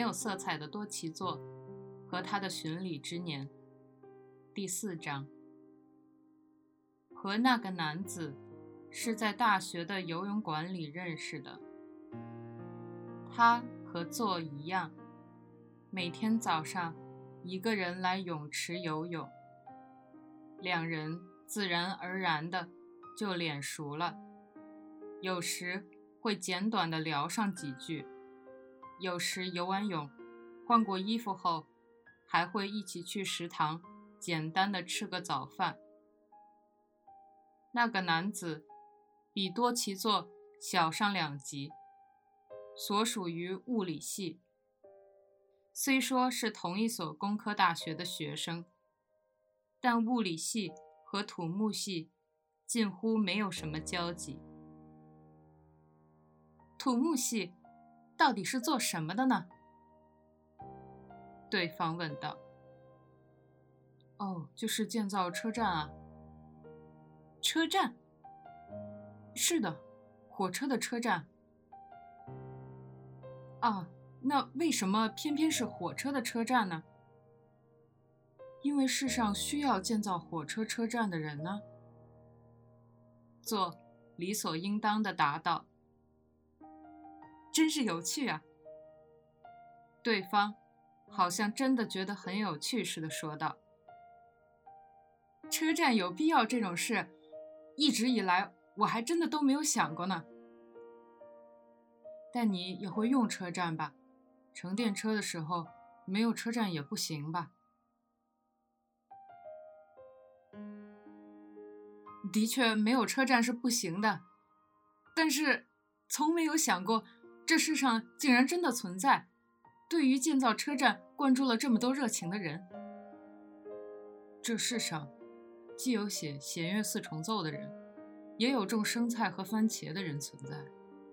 有色彩的多奇座和他的巡礼之年。第4章。和那个男子是在大学的游泳馆里认识的。他和座一样，每天早上一个人来泳池游泳，两人自然而然的就脸熟了，有时会简短的聊上几句，有时游完泳换过衣服后还会一起去食堂简单的吃个早饭。那个男子比多奇座小上2级，所属于物理系，虽说是同一所工科大学的学生，但物理系和土木系近乎没有什么交集。土木系到底是做什么的呢？对方问道。哦，就是建造车站啊。车站？是的，火车的车站。啊，那为什么偏偏是火车的车站呢？因为世上需要建造火车车站的人呢。座理所应当地答道。真是有趣啊。对方好像真的觉得很有趣似的说道。车站有必要这种事，一直以来我还真的都没有想过呢。但你也会用车站吧？乘电车的时候没有车站也不行吧？的确没有车站是不行的，但是从没有想过这世上竟然真的存在对于建造车站关注了这么多热情的人。这世上既有写弦乐4重奏的人，也有种生菜和番茄的人存在。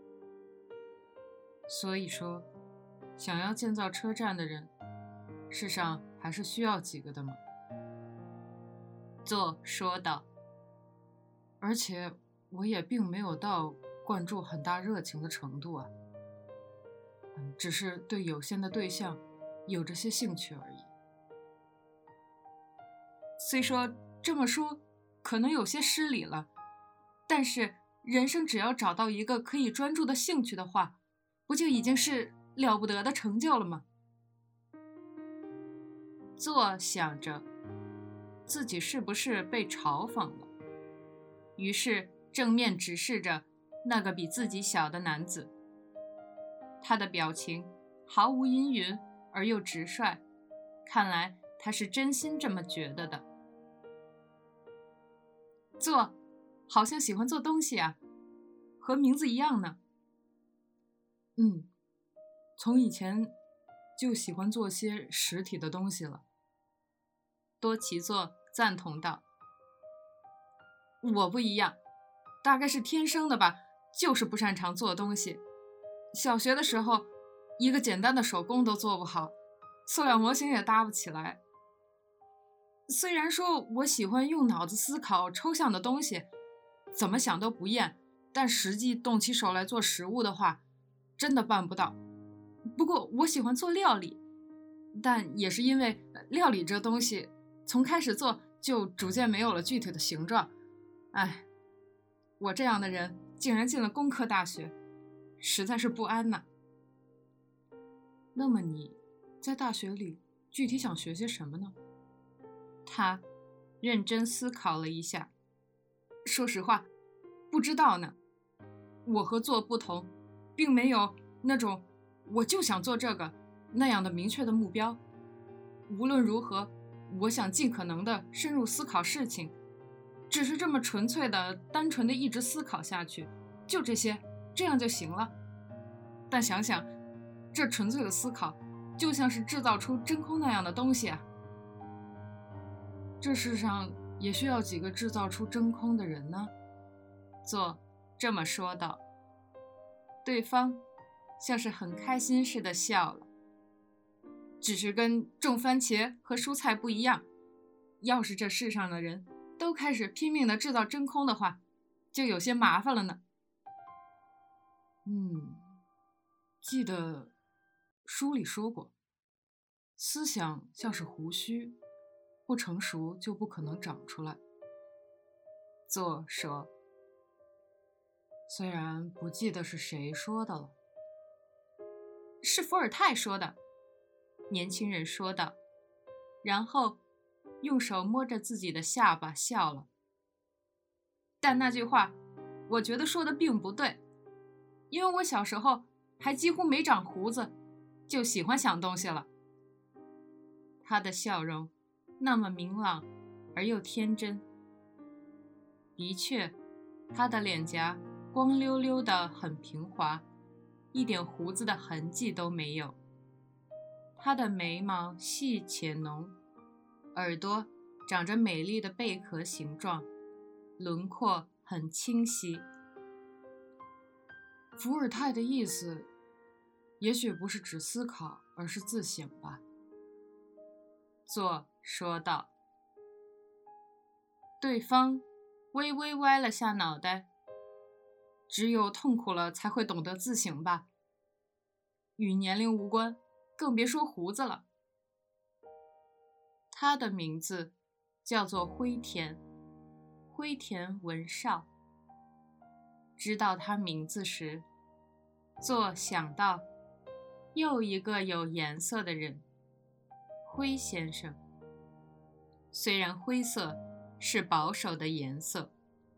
所以说，想要建造车站的人，世上还是需要几个的嘛。座说道。而且我也并没有到灌注很大热情的程度啊，只是对有限的对象有着些兴趣而已。虽说这么说可能有些失礼了，但是人生只要找到一个可以专注的兴趣的话，不就已经是了不得的成就了吗？座想着自己是不是被嘲讽了，于是正面直视着那个比自己小的男子。他的表情毫无阴云而又直率，看来他是真心这么觉得的。做好像喜欢做东西啊，和名字一样呢。从以前就喜欢做些实体的东西了。多奇座赞同道。我不一样，大概是天生的吧，就是不擅长做东西。小学的时候，一个简单的手工都做不好，塑料模型也搭不起来。虽然说我喜欢用脑子思考抽象的东西，怎么想都不厌，但实际动起手来做食物的话，真的办不到。不过我喜欢做料理，但也是因为料理这东西从开始做就逐渐没有了具体的形状。哎，我这样的人竟然进了工科大学，实在是不安呐。那么你在大学里具体想学些什么呢？他认真思考了一下。说实话，不知道呢。我和做不同，并没有那种我就想做这个那样的明确的目标。无论如何，我想尽可能的深入思考事情，只是这么纯粹的单纯的一直思考下去，就这些，这样就行了。但想想这纯粹的思考就像是制造出真空那样的东西啊。这世上也需要几个制造出真空的人呢。做这么说道。对方像是很开心似的笑了。只是跟种番茄和蔬菜不一样，要是这世上的人都开始拼命的制造真空的话，就有些麻烦了呢。记得书里说过，思想像是胡须，不成熟就不可能长出来。作说，虽然不记得是谁说的了。是伏尔泰说的，年轻人说道，然后用手摸着自己的下巴笑了。但那句话，我觉得说的并不对，因为我小时候还几乎没长胡子，就喜欢想东西了。他的笑容那么明朗而又天真。的确，他的脸颊光溜溜的很平滑，一点胡子的痕迹都没有。他的眉毛细且浓，耳朵长着美丽的贝壳形状，轮廓很清晰。伏尔泰的意思，也许不是指思考，而是自省吧。作说道。对方微微歪了下脑袋。只有痛苦了才会懂得自省吧，与年龄无关，更别说胡子了。他的名字叫做灰田，灰田文少。知道他名字时，作想到又一个有颜色的人，灰先生。虽然灰色是保守的颜色。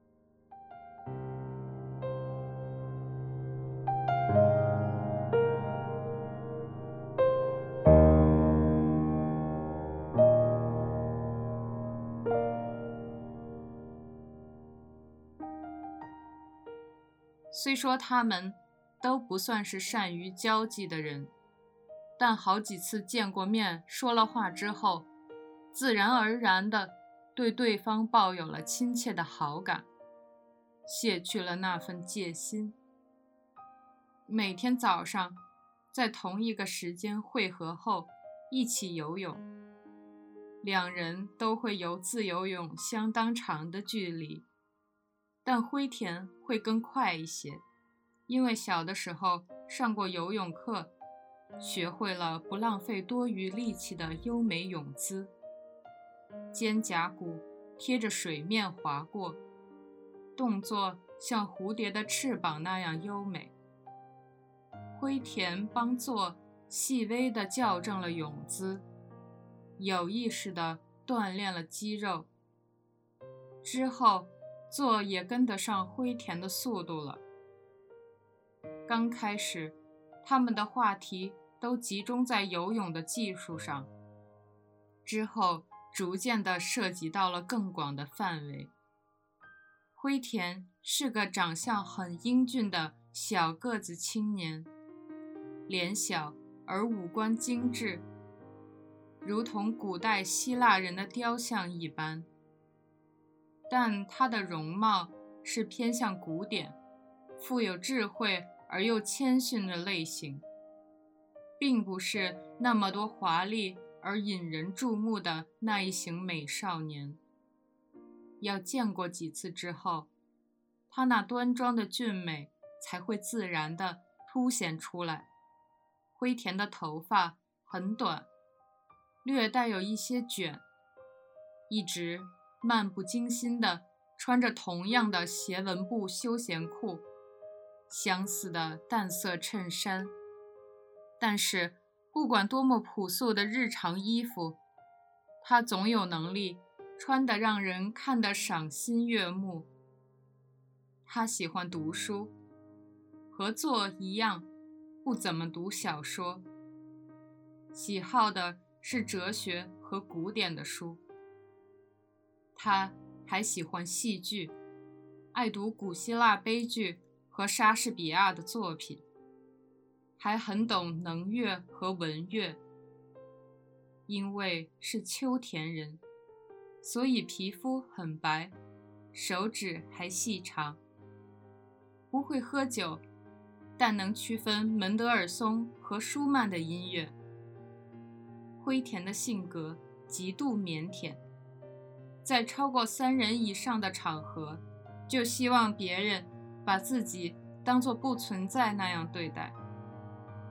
虽说他们都不算是善于交际的人，但好几次见过面说了话之后，自然而然地对对方抱有了亲切的好感，卸去了那份戒心。每天早上在同一个时间汇合后一起游泳，两人都会游自由泳相当长的距离，但灰田会更快一些，因为小的时候上过游泳课，学会了不浪费多余力气的优美泳姿。肩胛骨贴着水面划过，动作像蝴蝶的翅膀那样优美。灰田帮作细微地校正了泳姿，有意识地锻炼了肌肉。之后作也跟得上灰田的速度了。刚开始，他们的话题都集中在游泳的技术上，之后逐渐地涉及到了更广的范围。灰田是个长相很英俊的小个子青年，脸小而五官精致，如同古代希腊人的雕像一般。但他的容貌是偏向古典，富有智慧而又谦逊的类型，并不是那么多华丽而引人注目的那一型美少年。要见过几次之后，他那端庄的俊美才会自然地凸显出来。灰田的头发很短，略带有一些卷，一直漫不经心地穿着同样的斜纹布休闲裤，相似的淡色衬衫。但是不管多么朴素的日常衣服，他总有能力穿得让人看得赏心悦目。他喜欢读书，和作一样，不怎么读小说，喜好的是哲学和古典的书。他还喜欢戏剧，爱读古希腊悲剧和莎士比亚的作品，还很懂能乐和文乐。因为是秋田人，所以皮肤很白，手指还细长。不会喝酒，但能区分门德尔松和舒曼的音乐。灰田的性格极度腼腆，在超过3人以上的场合，就希望别人把自己当作不存在那样对待。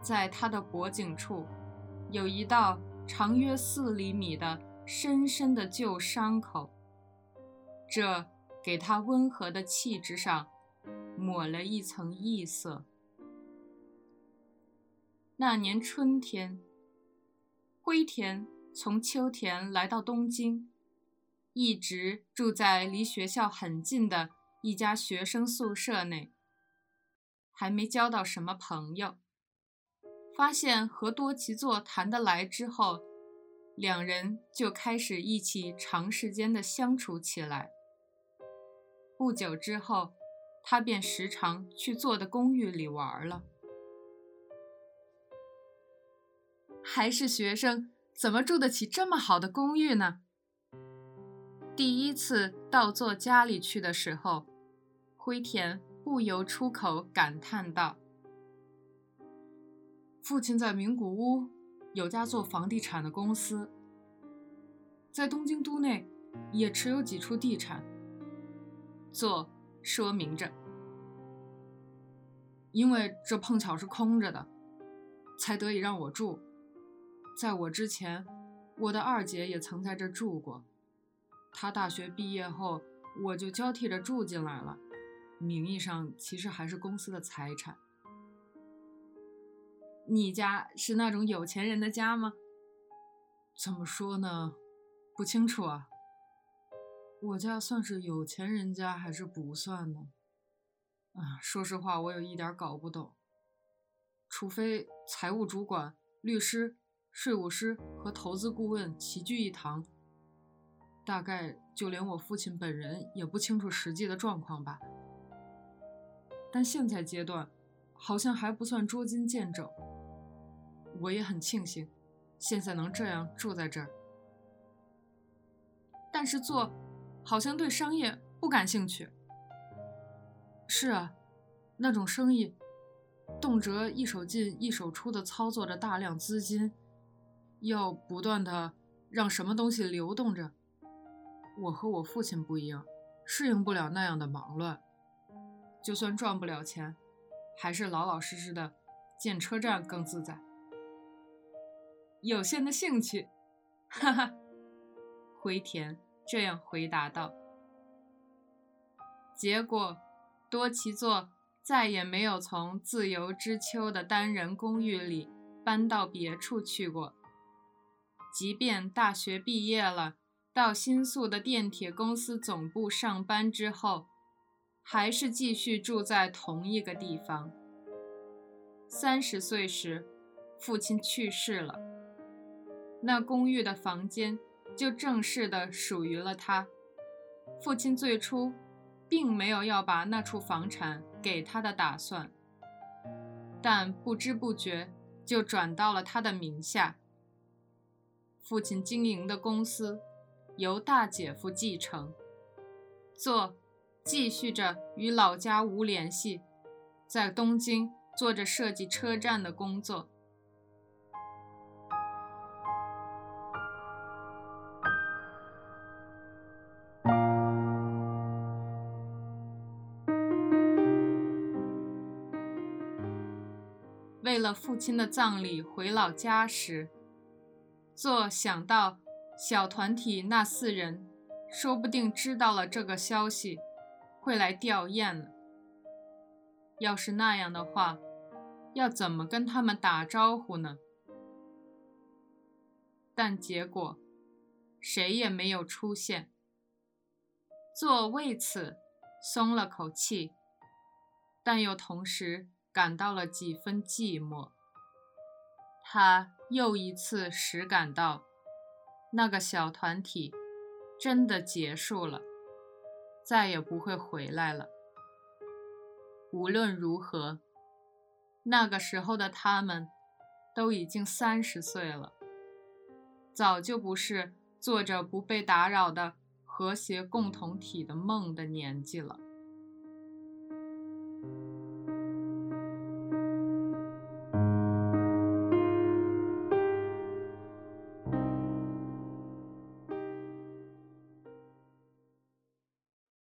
在他的脖颈处有一道长约4厘米的深深的旧伤口，这给他温和的气质上抹了一层异色。那年春天，灰田从秋田来到东京，一直住在离学校很近的一家学生宿舍内，还没交到什么朋友。发现和多崎作谈得来之后，两人就开始一起长时间的相处起来。不久之后，他便时常去作的公寓里玩了。还是学生，怎么住得起这么好的公寓呢？第一次到作家里去的时候，灰田不由出口感叹道：父亲在名古屋有家做房地产的公司，在东京都内也持有几处地产。作说明着，因为这碰巧是空着的，才得以让我住。在我之前，我的二姐也曾在这住过，她大学毕业后，我就交替着住进来了，名义上其实还是公司的财产。你家是那种有钱人的家吗？怎么说呢，不清楚啊。我家算是有钱人家还是不算呢？说实话，我有一点搞不懂。除非财务主管、律师、税务师和投资顾问齐聚一堂，大概就连我父亲本人也不清楚实际的状况吧。但现在阶段，好像还不算捉襟见肘。我也很庆幸，现在能这样住在这儿。但是作好像对商业不感兴趣。是啊，那种生意，动辄一手进一手出的操作着大量资金，要不断的让什么东西流动着。我和我父亲不一样，适应不了那样的忙乱。就算赚不了钱，还是老老实实的建车站更自在。有限的兴趣，哈哈。灰田这样回答道。结果多崎作再也没有从自由之丘的单人公寓里搬到别处去过，即便大学毕业了，到新宿的电铁公司总部上班之后，还是继续住在同一个地方。30岁时，父亲去世了，那公寓的房间就正式的属于了他。父亲最初并没有要把那处房产给他的打算，但不知不觉就转到了他的名下。父亲经营的公司由大姐夫继承，作继续着与老家无联系，在东京做着设计车站的工作。为了父亲的葬礼回老家时，作想到小团体那4人说不定知道了这个消息，会来吊唁呢。要是那样的话，要怎么跟他们打招呼呢？但结果谁也没有出现。作为此松了口气，但又同时感到了几分寂寞。他又一次实感到，那个小团体真的结束了，再也不会回来了。无论如何，那个时候的他们都已经30岁了，早就不是做着不被打扰的和谐共同体的梦的年纪了。